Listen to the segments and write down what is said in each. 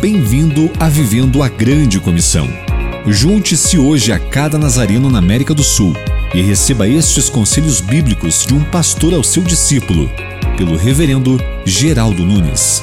Bem-vindo a Vivendo a Grande Comissão. Junte-se hoje a cada nazareno na América do Sul e receba estes conselhos bíblicos de um pastor ao seu discípulo, pelo reverendo Geraldo Nunes.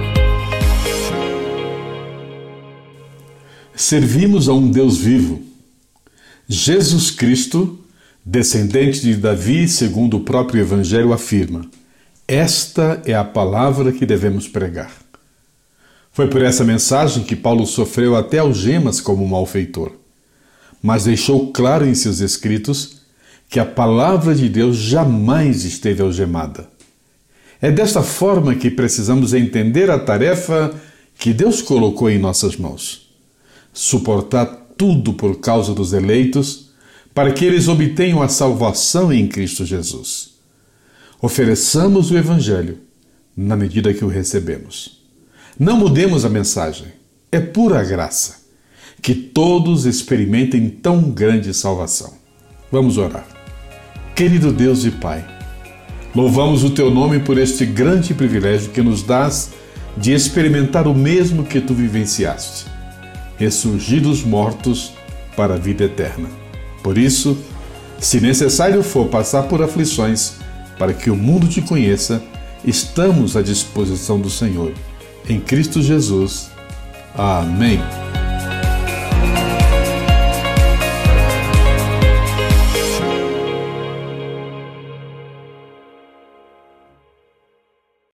Servimos a um Deus vivo. Jesus Cristo, descendente de Davi, segundo o próprio Evangelho afirma: esta é a palavra que devemos pregar. Foi por essa mensagem que Paulo sofreu até algemas como malfeitor, mas deixou claro em seus escritos que a palavra de Deus jamais esteve algemada. É desta forma que precisamos entender a tarefa que Deus colocou em nossas mãos: suportar tudo por causa dos eleitos, para que eles obtenham a salvação em Cristo Jesus. Ofereçamos o Evangelho na medida que o recebemos. Não mudemos a mensagem, é pura graça. Que todos experimentem tão grande salvação. Vamos orar. Querido Deus e Pai, louvamos o Teu nome por este grande privilégio que nos dás de experimentar o mesmo que Tu vivenciaste: ressurgir dos mortos para a vida eterna. Por isso, se necessário for passar por aflições para que o mundo Te conheça, estamos à disposição do Senhor. Em Cristo Jesus. Amém.